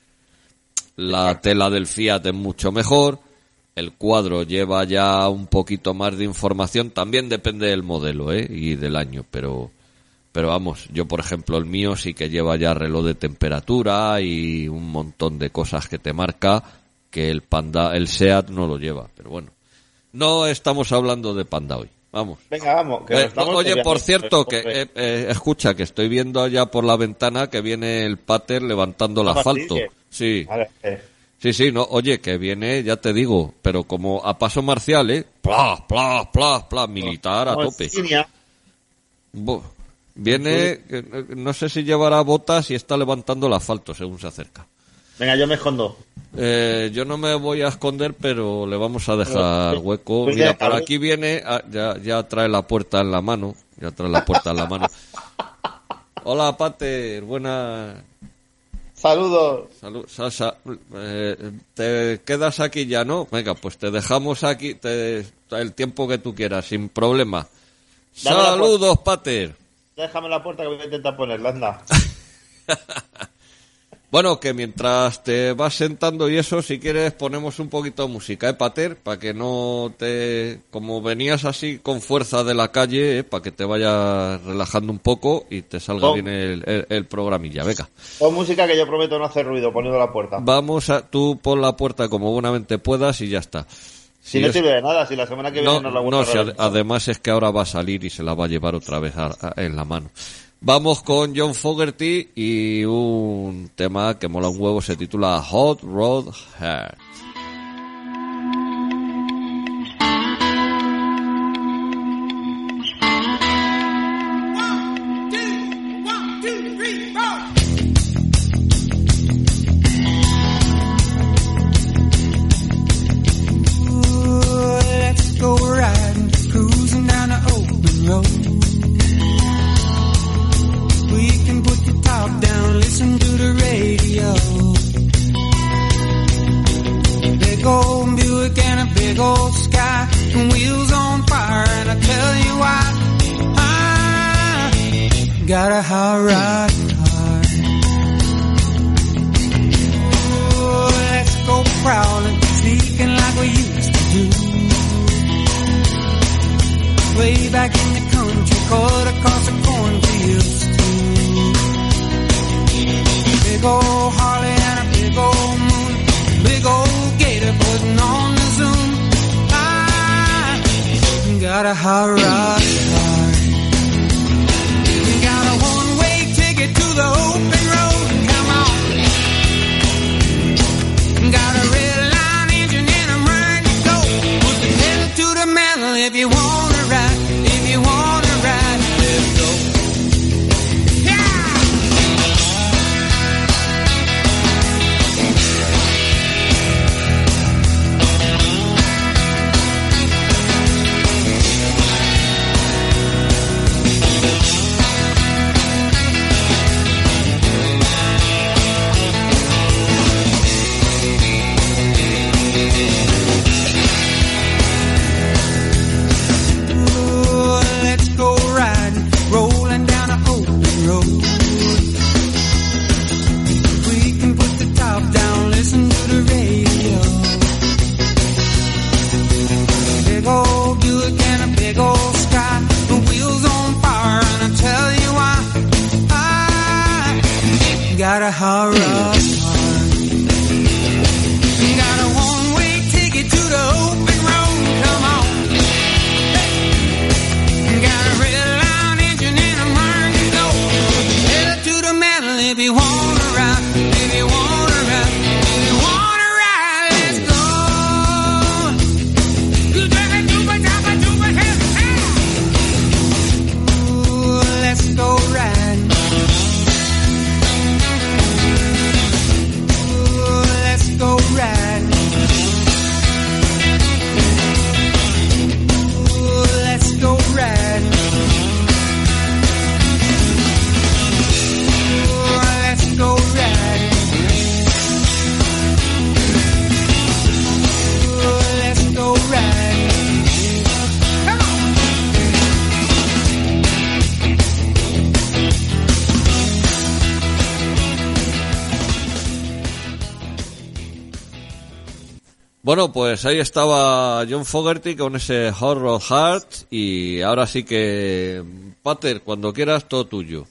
la tela del Fiat es mucho mejor, el cuadro lleva ya un poquito más de información, también depende del modelo, ¿eh? Y del año, pero... Pero vamos, yo por ejemplo el mío sí que lleva ya reloj de temperatura y un montón de cosas que te marca que el Panda, el Seat no lo lleva, pero bueno. No estamos hablando de Panda hoy, vamos. Venga, vamos. Que Eh, nos estamos oye, por desviando. cierto, que eh, eh, escucha, que estoy viendo allá por la ventana que viene el Pater levantando el Ah, asfalto. sí, que- Sí, Vale, eh, sí, sí, no, oye, que viene, ya te digo, pero como a paso marcial, ¿eh? Plas, plas, plas, plas, militar a como tope. en línea. Bo- Viene, eh, no sé si llevará botas y está levantando el asfalto según se acerca. Venga, yo me escondo. Eh, yo no me voy a esconder, pero le vamos a dejar Pues, hueco. pues Mira, ya, por a ver. aquí viene, ah, ya, ya trae la puerta en la mano. Ya trae la puerta en la mano. Hola, Pater, buena. Saludos. Salud, Sasa. Eh, ¿Te quedas aquí ya, no? Venga, pues te dejamos aquí te, el tiempo que tú quieras, sin problema. Dame la Saludos, Pater. Déjame la puerta que voy a intentar ponerla, anda. Bueno, que mientras te vas sentando y eso, si quieres ponemos un poquito de música, ¿eh, Pater? Para que no te... Como venías así con fuerza de la calle, ¿eh? Para que te vayas relajando un poco y te salga Pon- bien el, el, el programilla. Venga, Pon música que yo prometo no hacer ruido poniendo la puerta. vamos a... Tú pon la puerta como buenamente puedas y ya está. Si no es- sirve de nada, si la semana que viene No, nos la vuelvo no, a si ade- reventar. además es que ahora va a salir y se la va a llevar otra vez a- a- en la mano. Vamos con John Fogerty y un tema que mola un huevo, se titula Hot Rod Heart. One, two, three, four. Let's go riding, cruising down the open road. Big old Buick and a big old sky, and wheels on fire, and I tell you why. I got a hot rod car. Oh, let's go prowling, sneaking like we used to do. Way back in the country, cut across the cornfields too. Big old Harley and a big old moon, big old gator putting on the zoom. I got a hot rod car. Got a one-way ticket to the open road. Come on. Got a red line engine and I'm ready to go. Put the pedal to the metal if you wanna ride. If you wanna ride, let's go. Got a hot rod car. Got a one-way ticket to the open road. Come on. Hey. Got a red line engine and I'm ready to go. Head to the metal if you wanna ride. If you wanna ride. If you wanna ride, let's go. You drive it to my top, to my head. Ooh, let's go ride. Go ride. Ooh, let's go ride. Ooh, let's go ride. Ooh, let's go ride. Come on. Bueno, pues ahí estaba John Fogerty con ese Hot Rod Heart y ahora sí que, Pater, cuando quieras, todo tuyo.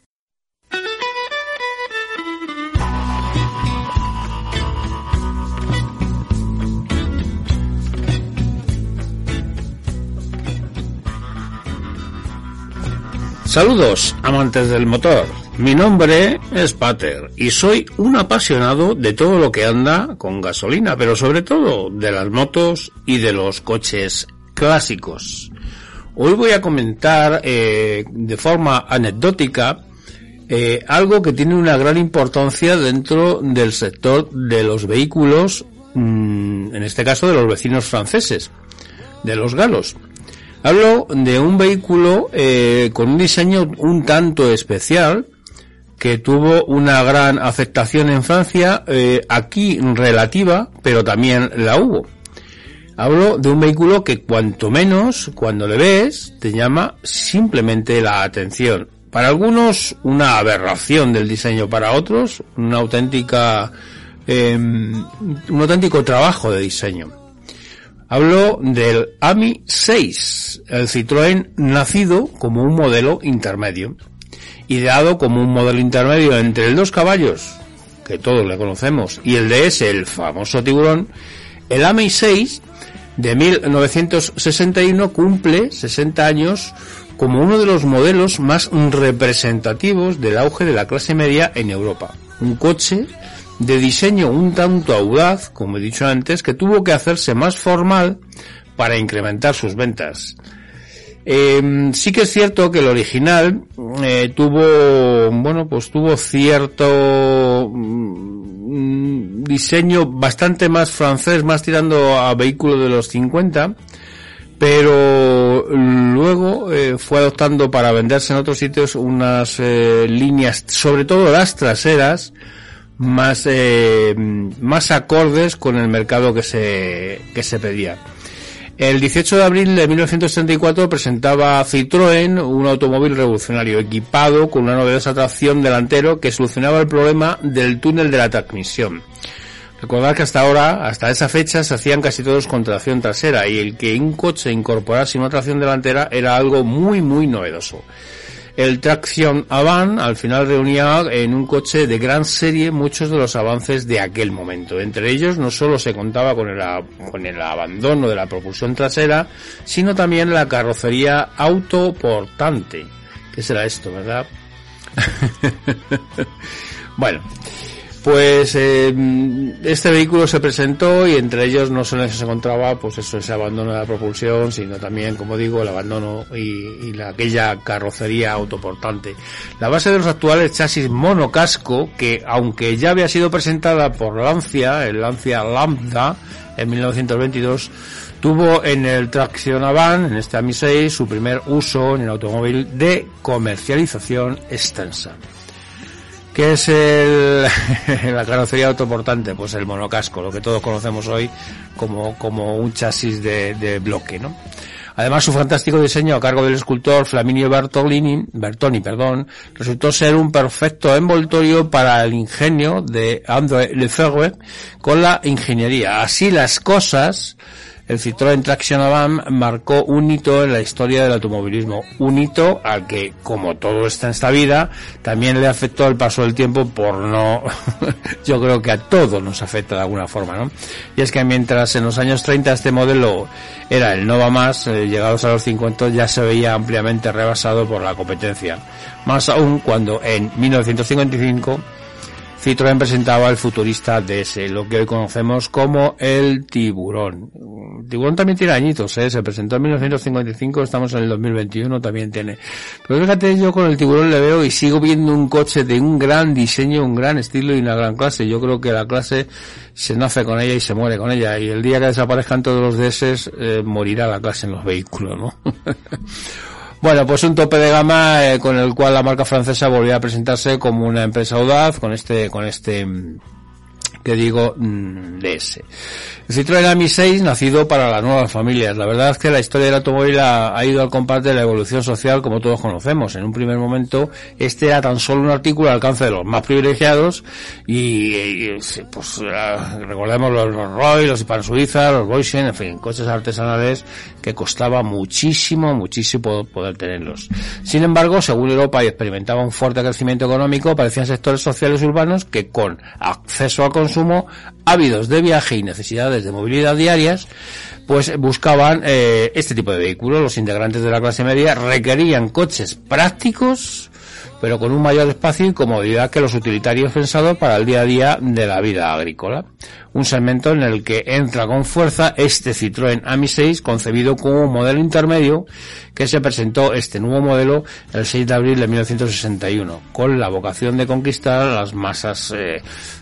Saludos, amantes del motor. Mi nombre es Pater y soy un apasionado de todo lo que anda con gasolina, pero sobre todo de las motos y de los coches clásicos. Hoy voy a comentar eh, de forma anecdótica eh, algo que tiene una gran importancia dentro del sector de los vehículos, mmm, en este caso de los vecinos franceses, de los galos. Hablo de un vehículo eh, con un diseño un tanto especial que tuvo una gran aceptación en Francia, eh, aquí relativa, pero también la hubo. Hablo de un vehículo que cuanto menos, cuando le ves, te llama simplemente la atención. Para algunos, una aberración del diseño, para otros, una auténtica, eh, un auténtico trabajo de diseño. Hablo del A M I seis, el Citroën nacido como un modelo intermedio, ideado como un modelo intermedio entre el dos caballos, que todos le conocemos, y el D S, el famoso tiburón. El A M I seis de mil novecientos sesenta y uno cumple sesenta años como uno de los modelos más representativos del auge de la clase media en Europa. Un coche de diseño un tanto audaz, como he dicho antes, que tuvo que hacerse más formal para incrementar sus ventas. Eh, sí que es cierto que el original eh, tuvo, bueno, pues tuvo cierto mm, diseño bastante más francés, más tirando a vehículo de los cincuenta, pero luego eh, fue adoptando para venderse en otros sitios unas eh, líneas, sobre todo las traseras, más eh, más acordes con el mercado que se que se pedía. El dieciocho de abril de mil novecientos setenta y cuatro presentaba Citroën un automóvil revolucionario equipado con una novedosa tracción delantero que solucionaba el problema del túnel de la transmisión. Recordad que hasta ahora, hasta esa fecha, se hacían casi todos con tracción trasera, y el que un coche incorporase una tracción delantera era algo muy muy novedoso. El Traction Avant al final reunía en un coche de gran serie muchos de los avances de aquel momento. Entre ellos no solo se contaba con el, con el abandono de la propulsión trasera, sino también la carrocería autoportante. ¿Qué será esto, verdad? Bueno, pues eh, este vehículo se presentó y entre ellos no solo se encontraba pues eso, ese abandono de la propulsión, sino también, como digo, el abandono y, y la, aquella carrocería autoportante. La base de los actuales chasis monocasco, que aunque ya había sido presentada por Lancia, el Lancia Lambda, en mil novecientos veintidós, tuvo en el Traction Avant, en este A M I seis, su primer uso en el automóvil de comercialización extensa. ¿Qué es el, la carrocería autoportante? Pues el monocasco, lo que todos conocemos hoy como, como un chasis de, de bloque, ¿no? Además, su fantástico diseño a cargo del escultor Flaminio Bertolini, Bertoni, perdón, resultó ser un perfecto envoltorio para el ingenio de André Lefebvre con la ingeniería. Así las cosas, el Citroën Traction Avant marcó un hito en la historia del automovilismo, un hito al que, como todo está en esta vida, también le afectó el paso del tiempo por no, yo creo que a todos nos afecta de alguna forma, ¿no? Y es que mientras en los años treinta este modelo era el no va más, eh, llegados a los cincuenta ya se veía ampliamente rebasado por la competencia. Más aún cuando en mil novecientos cincuenta y cinco Citroën presentaba el futurista D S, lo que hoy conocemos como el Tiburón. El Tiburón también tiene añitos, ¿eh? Se presentó en mil novecientos cincuenta y cinco, estamos en el dos mil veintiuno, también tiene. Pero fíjate, yo con el Tiburón le veo y sigo viendo un coche de un gran diseño, un gran estilo y una gran clase. Yo creo que la clase se nace con ella y se muere con ella. Y el día que desaparezcan todos los D S, eh, morirá la clase en los vehículos, ¿no? Bueno, pues un tope de gama eh, con el cual la marca francesa volvió a presentarse como una empresa audaz con este, con este, que digo, D S. El Citroën A M I seis, nacido para las nuevas familias. La verdad es que la historia del automóvil ha, ha ido al compás de la evolución social como todos conocemos. En un primer momento, este era tan solo un artículo al alcance de los más privilegiados y, y pues recordemos los, los Roy, los Ipan Suiza, los Boysen, en fin, coches artesanales que costaba muchísimo, muchísimo poder tenerlos. Sin embargo, según Europa y experimentaba un fuerte crecimiento económico, aparecían sectores sociales urbanos que con acceso al consumo, ávidos de viaje y necesidades de movilidad diarias, pues buscaban eh, este tipo de vehículos. Los integrantes de la clase media requerían coches prácticos, pero con un mayor espacio y comodidad que los utilitarios pensados para el día a día de la vida agrícola. Un segmento en el que entra con fuerza este Citroën A M I seis, concebido como un modelo intermedio, que se presentó este nuevo modelo el seis de abril de mil novecientos sesenta y uno, con la vocación de conquistar a las masas eh,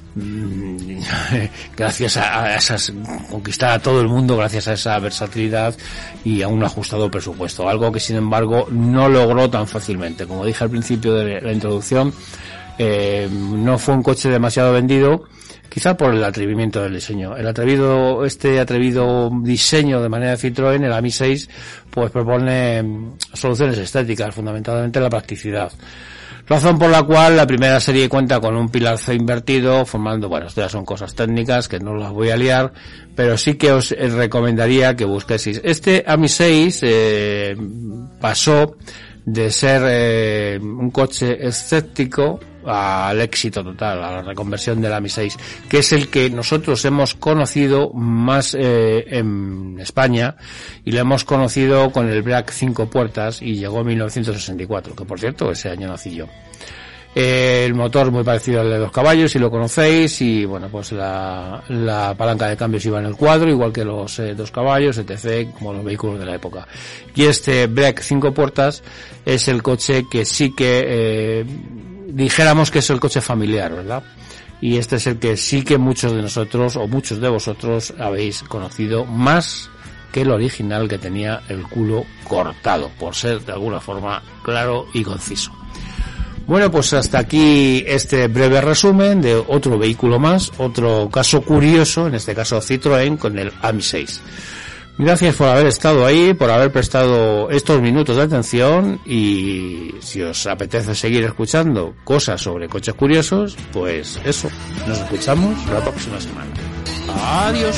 gracias a esas, conquistar a todo el mundo gracias a esa versatilidad y a un ajustado presupuesto, algo que sin embargo no logró tan fácilmente. Como dije al principio de la introducción, eh, no fue un coche demasiado vendido, quizá por el atrevimiento del diseño. El atrevido, este atrevido diseño de manera Citroën, el A M I seis, pues propone soluciones estéticas, fundamentalmente la practicidad. Razón por la cual la primera serie cuenta con un pilar C invertido, formando, bueno, esto ya son cosas técnicas que no las voy a liar, pero sí que os recomendaría que busquéis. Este A M I seis eh, pasó de ser eh, un coche escéptico al éxito total, a la reconversión del A M I seis, que es el que nosotros hemos conocido más eh, en España, y lo hemos conocido con el Break cinco puertas y llegó en mil novecientos sesenta y cuatro, que por cierto ese año nací yo. Eh, el motor muy parecido al de dos caballos, si lo conocéis, y bueno, pues la, la palanca de cambios iba en el cuadro, igual que los eh, dos caballos, etcétera, como los vehículos de la época. Y este Break cinco puertas es el coche que sí que eh, dijéramos que es el coche familiar, ¿verdad? Y este es el que sí que muchos de nosotros, o muchos de vosotros, habéis conocido más que el original, que tenía el culo cortado, por ser de alguna forma claro y conciso. Bueno, pues hasta aquí este breve resumen de otro vehículo más, otro caso curioso, en este caso Citroën con el A M I seis. Gracias por haber estado ahí, por haber prestado estos minutos de atención, y si os apetece seguir escuchando cosas sobre coches curiosos, pues eso, nos escuchamos la próxima semana. Adiós.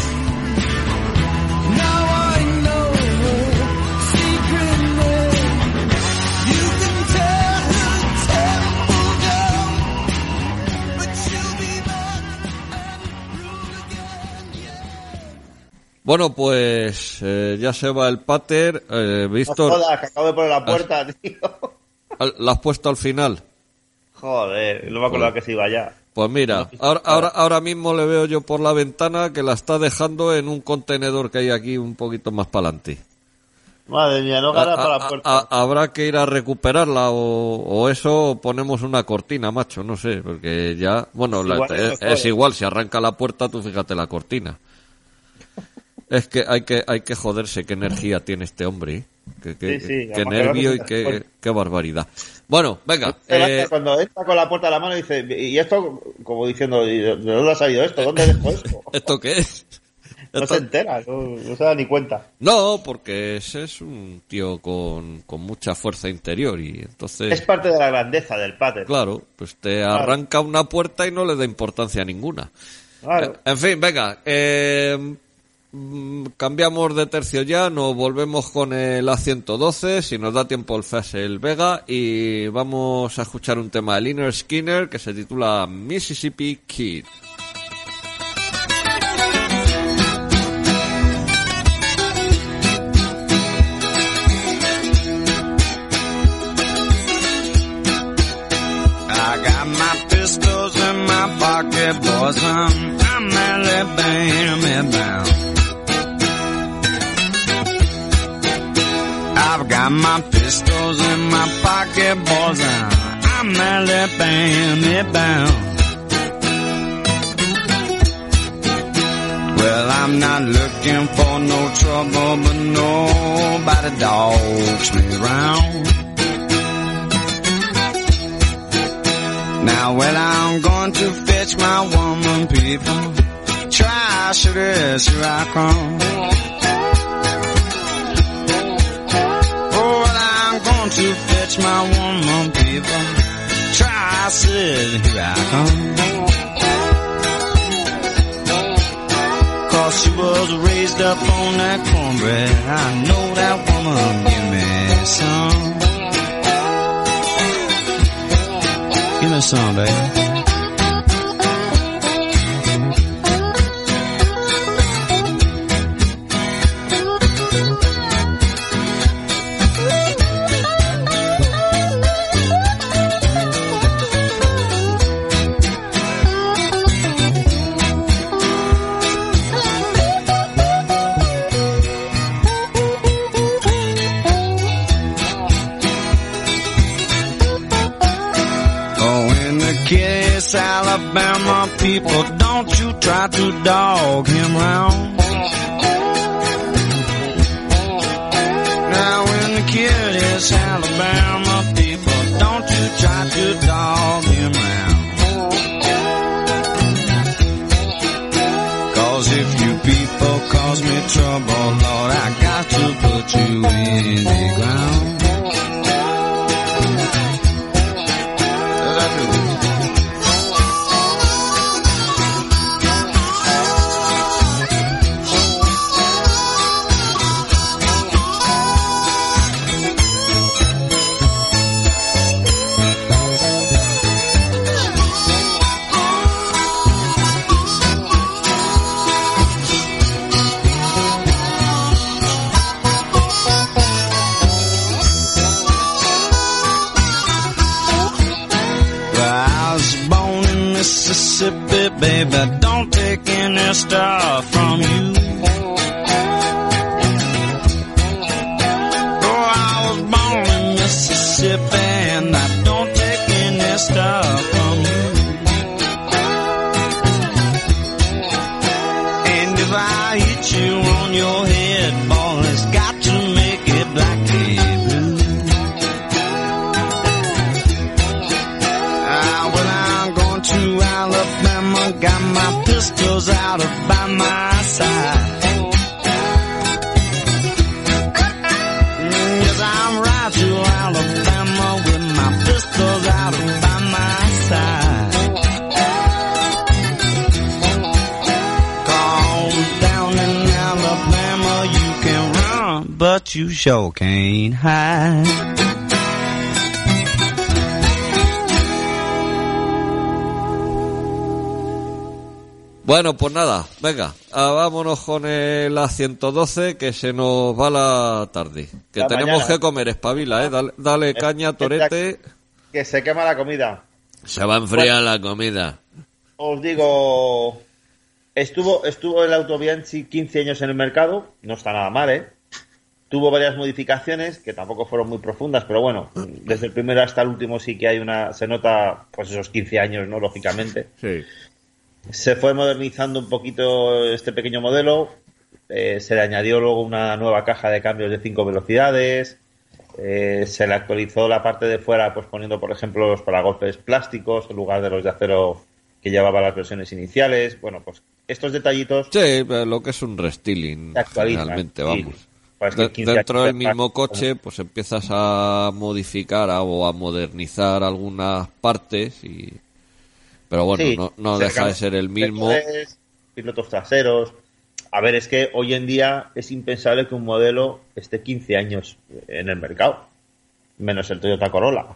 Bueno, pues eh, ya se va el pater. Eh, Víctor, No jodas, que acabo de poner la puerta, tío. ¿la has puesto al final? Joder, no me acordaba que se iba ya. Pues mira, ahora, ahora, ahora mismo le veo yo por la ventana que la está dejando en un contenedor que hay aquí un poquito más para adelante. Madre mía, no ganas para la puerta. A- a- habrá que ir a recuperarla o, o eso, o ponemos una cortina, macho, no sé, porque ya, bueno, la- Igual es es, mejor. es igual, si arranca la puerta, tú fíjate la cortina. Es que hay que hay que joderse, qué energía tiene este hombre, ¿eh? Qué, qué, Sí, sí, qué además que nervio y lo hace qué, mejor. qué barbaridad. Bueno, venga, Este eh, Cuando entra con la puerta a la mano dice, y esto, como diciendo, ¿y ¿de dónde ha salido esto? ¿Dónde dejo esto? ¿esto qué es? No Esto- se entera, no, no se da ni cuenta. No, porque ese es un tío con, con mucha fuerza interior y entonces... Es parte de la grandeza del pater. Claro, pues te arranca una puerta y no le da importancia ninguna. Claro. Eh, En fin, venga, eh, mm, cambiamos de tercio ya, nos volvemos con el A ciento doce, si nos da tiempo el Fase el Vega, y vamos a escuchar un tema de Lynyrd Skynyrd que se titula Mississippi Kid. I got my pistols in my pocket, boys. I'm, I'm Alabama bound. I've got my pistols in my pocket, boys. I'm, I'm Alabama bound. Well, I'm not looking for no trouble, but nobody dogs me around. Now, well, I'm going to fetch my woman, people. Try, sugar, here I come. Oh, well, I'm going to fetch my woman, people. Try, said, here I come. Cause she was raised up on that cornbread. I know that woman give me some. Give me some, baby. Alabama people, don't you try to dog him round. Now when the kid is Alabama people, don't you try to dog him round. Cause if you people cause me trouble, Lord, I got to put you in the ground. Mississippi, baby, don't take any stuff from you. Oh, I was born in Mississippi, and I don't take any stuff from you. And if I hit you on your head, boy, it's got to make it black and blue. pistols out by my side. Yes, I'm right to Alabama with my pistols out by my side. Cause down in Alabama you can run, but you sure can't hide. Bueno, pues nada, venga, ah, vámonos con el A ciento doce, que se nos va la tarde. Que La tenemos mañana. que comer, espabila, ¿eh? Dale, dale caña, Torete. Que se quema la comida. Se va a enfriar la comida. Os digo, estuvo estuvo el Auto Bianchi quince años en el mercado, no está nada mal, ¿eh? Tuvo varias modificaciones que tampoco fueron muy profundas, pero bueno, desde el primero hasta el último sí que hay una, se nota pues esos quince años, ¿no? Lógicamente. Sí. Se fue modernizando un poquito este pequeño modelo, eh, se le añadió luego una nueva caja de cambios de cinco velocidades, eh, se le actualizó la parte de fuera pues poniendo por ejemplo los paragolpes plásticos en lugar de los de acero que llevaba las versiones iniciales. Bueno, pues estos detallitos Sí, lo que es un restyling, se actualizan. realmente, Sí. vamos. Pues que De- quince dentro años del mismo después, coche, pues empiezas a modificar a- o a modernizar algunas partes y... Pero bueno, sí, no, no se deja de cambian ser el mismo. motores, pilotos traseros. A ver, es que hoy en día es impensable que un modelo esté quince años en el mercado. Menos el Toyota Corolla.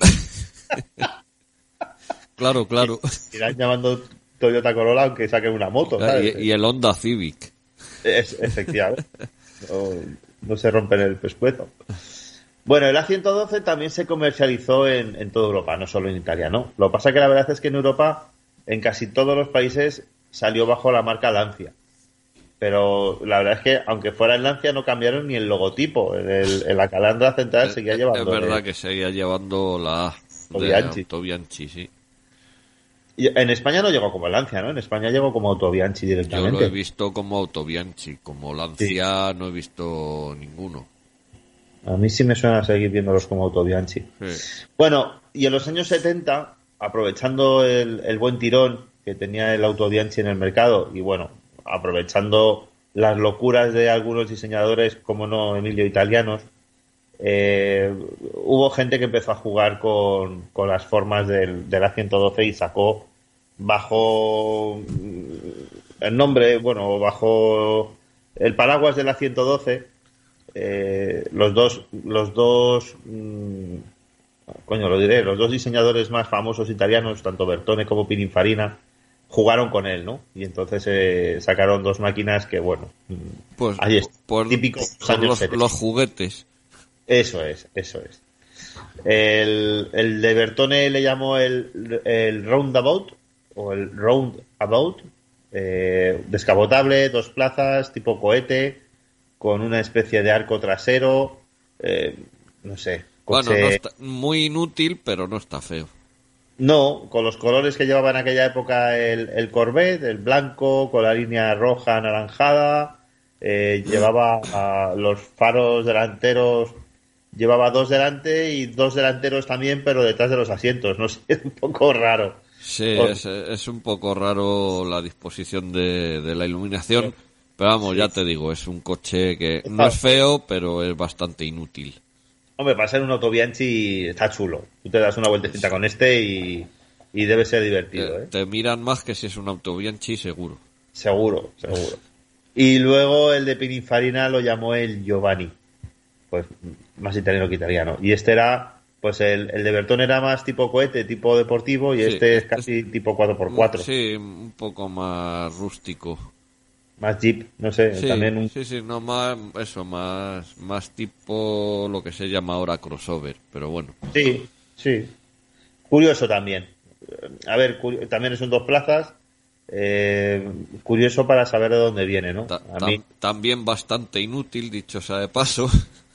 Claro, claro. Irán llamando Toyota Corolla aunque saquen una moto, ¿sabes? Y, y el Honda Civic. Es, efectivamente. No, no se rompen el pescuezo. Bueno, el A ciento doce también se comercializó en, en toda Europa, no solo en Italia, ¿no? Lo que pasa que la verdad es que en Europa, en casi todos los países, salió bajo la marca Lancia. Pero la verdad es que, aunque fuera en Lancia, no cambiaron ni el logotipo. En, el, en la calandra central seguía Es- llevando. Es verdad el- que seguía llevando la A de Autobianchi. Autobianchi, sí. Y en España no llegó como Lancia, ¿no? En España llegó como Autobianchi Yo directamente. lo he visto como Autobianchi, como Lancia no he visto ninguno. A mí sí me suena seguir viéndolos como Autobianchi. Sí. Bueno, y en los años setenta, aprovechando el, el buen tirón que tenía el Auto Bianchi en el mercado, y bueno, aprovechando las locuras de algunos diseñadores, como no Emilio Italianos, eh, hubo gente que empezó a jugar con, con las formas del, del A ciento doce y sacó bajo el nombre, bueno, bajo el paraguas del A ciento doce, eh, los dos, los dos, mmm, coño, lo diré, los dos diseñadores más famosos italianos, tanto Bertone como Pininfarina, jugaron con él, ¿no? Y entonces eh, sacaron dos máquinas que, bueno, Pues, ahí es, por, típico por años los, setenta. los juguetes. Eso es, eso es. El, el de Bertone le llamó el, el Roundabout, o el Roundabout, eh, descapotable, dos plazas, tipo cohete, con una especie de arco trasero, eh, no sé. Bueno, coche- no está, muy inútil, pero no está feo. No, con los colores que llevaba en aquella época el, el Corvette, el blanco, con la línea roja anaranjada, eh, llevaba a los faros delanteros, llevaba dos delante y dos delanteros también, pero detrás de los asientos, no sé, es un poco raro. Sí, Oh. es, es un poco raro la disposición de, de la iluminación, pero vamos, ya te digo, es un coche que no es feo, pero es bastante inútil. Hombre, para ser un Auto Bianchi está chulo. Tú te das una vueltecita con este y, y debe ser divertido, Eh, ¿eh? Te miran más que si es un Auto Bianchi, seguro. Seguro, seguro. Y luego el de Pininfarina lo llamó el Giovanni. Pues más italiano que italiano. Y este era, pues el, el de Bertone era más tipo cohete, tipo deportivo, y Sí, este es es- casi tipo cuatro por cuatro. Sí, un poco más rústico. Más Jeep, no sé, Sí, también un... sí, sí, no más, eso, más, más tipo lo que se llama ahora crossover, pero bueno. Sí, sí. Curioso también. A ver, curi- también es un dos plazas. Eh, curioso para saber de dónde viene, ¿no? Ta- A tam- mí, También bastante inútil, dicho sea de paso.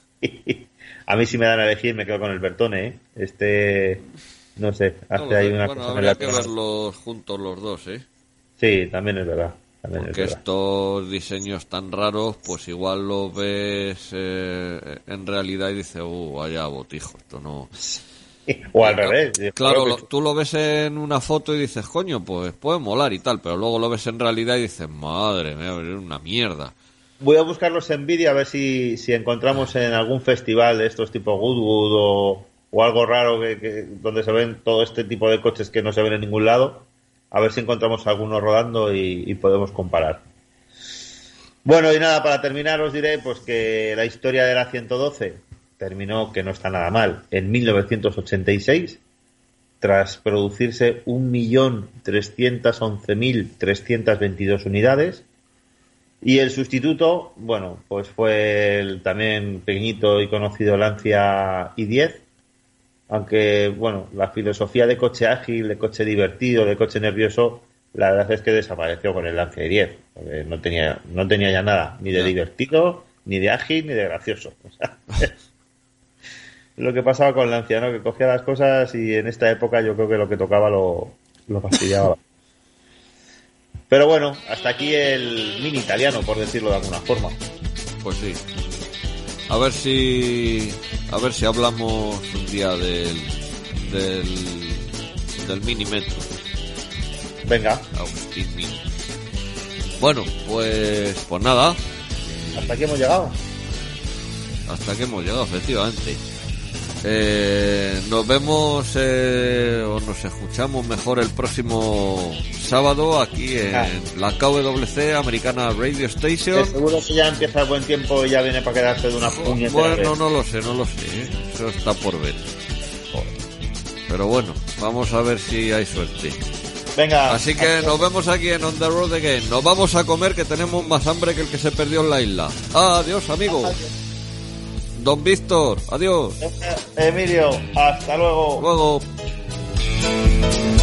a mí si me dan a elegir me quedo con el Bertone, ¿eh? Este, no sé, hace No lo ahí sé. una Bueno, cosa en habría la que verlos juntos los dos, ¿eh? Sí, también es verdad. También Porque es verdad. estos diseños tan raros, pues igual lo ves eh, en realidad y dices, uh, vaya botijo, esto no... O al revés. Claro, Creo lo- que- tú lo ves en una foto y dices, coño, pues puede molar y tal, pero luego lo ves en realidad y dices, madre mía, es una mierda. Voy a buscarlos en vídeo a ver si, si encontramos en algún festival de estos tipo Goodwood o, o algo raro que, que- donde se ven todo este tipo de coches que no se ven en ningún lado. A ver si encontramos algunos rodando y, y podemos comparar. Bueno, y nada, para terminar os diré pues que la historia de la ciento doce terminó, que no está nada mal, en mil novecientos ochenta y seis, tras producirse un millón trescientos once mil trescientos veintidós unidades. Y el sustituto, bueno, pues fue el también pequeñito y conocido Lancia i diez, aunque, bueno, la filosofía de coche ágil, de coche divertido, de coche nervioso, la verdad es que desapareció con el Lancia i diez, porque no tenía, no tenía ya nada, ni de Ya. divertido, ni de ágil, ni de gracioso. O sea, lo que pasaba con Lancia, ¿no? Que cogía las cosas y en esta época yo creo que lo que tocaba lo, lo fastidiaba. Pero bueno, hasta aquí el mini italiano, por decirlo de alguna forma. Pues sí. A ver si a ver si hablamos un día del del del mini metro, Venga, Agustín Mini. Bueno, pues pues nada, hasta aquí hemos llegado. hasta que hemos llegado, efectivamente. Eh, nos vemos eh, o nos escuchamos mejor el próximo sábado aquí en Ah. la K W C Americana Radio Station. Eh, seguro que ya empieza el buen tiempo y ya viene para quedarse de una puñetera Bueno, vez. no lo sé, no lo sé, ¿eh? Eso está por ver. Pero bueno, vamos a ver si hay suerte. Venga, Así que nos vemos aquí en On The Road Again. Nos vamos a comer, que tenemos más hambre que el que se perdió en la isla. Adiós, amigos. Don Víctor, adiós. Emilio, hasta luego. Luego.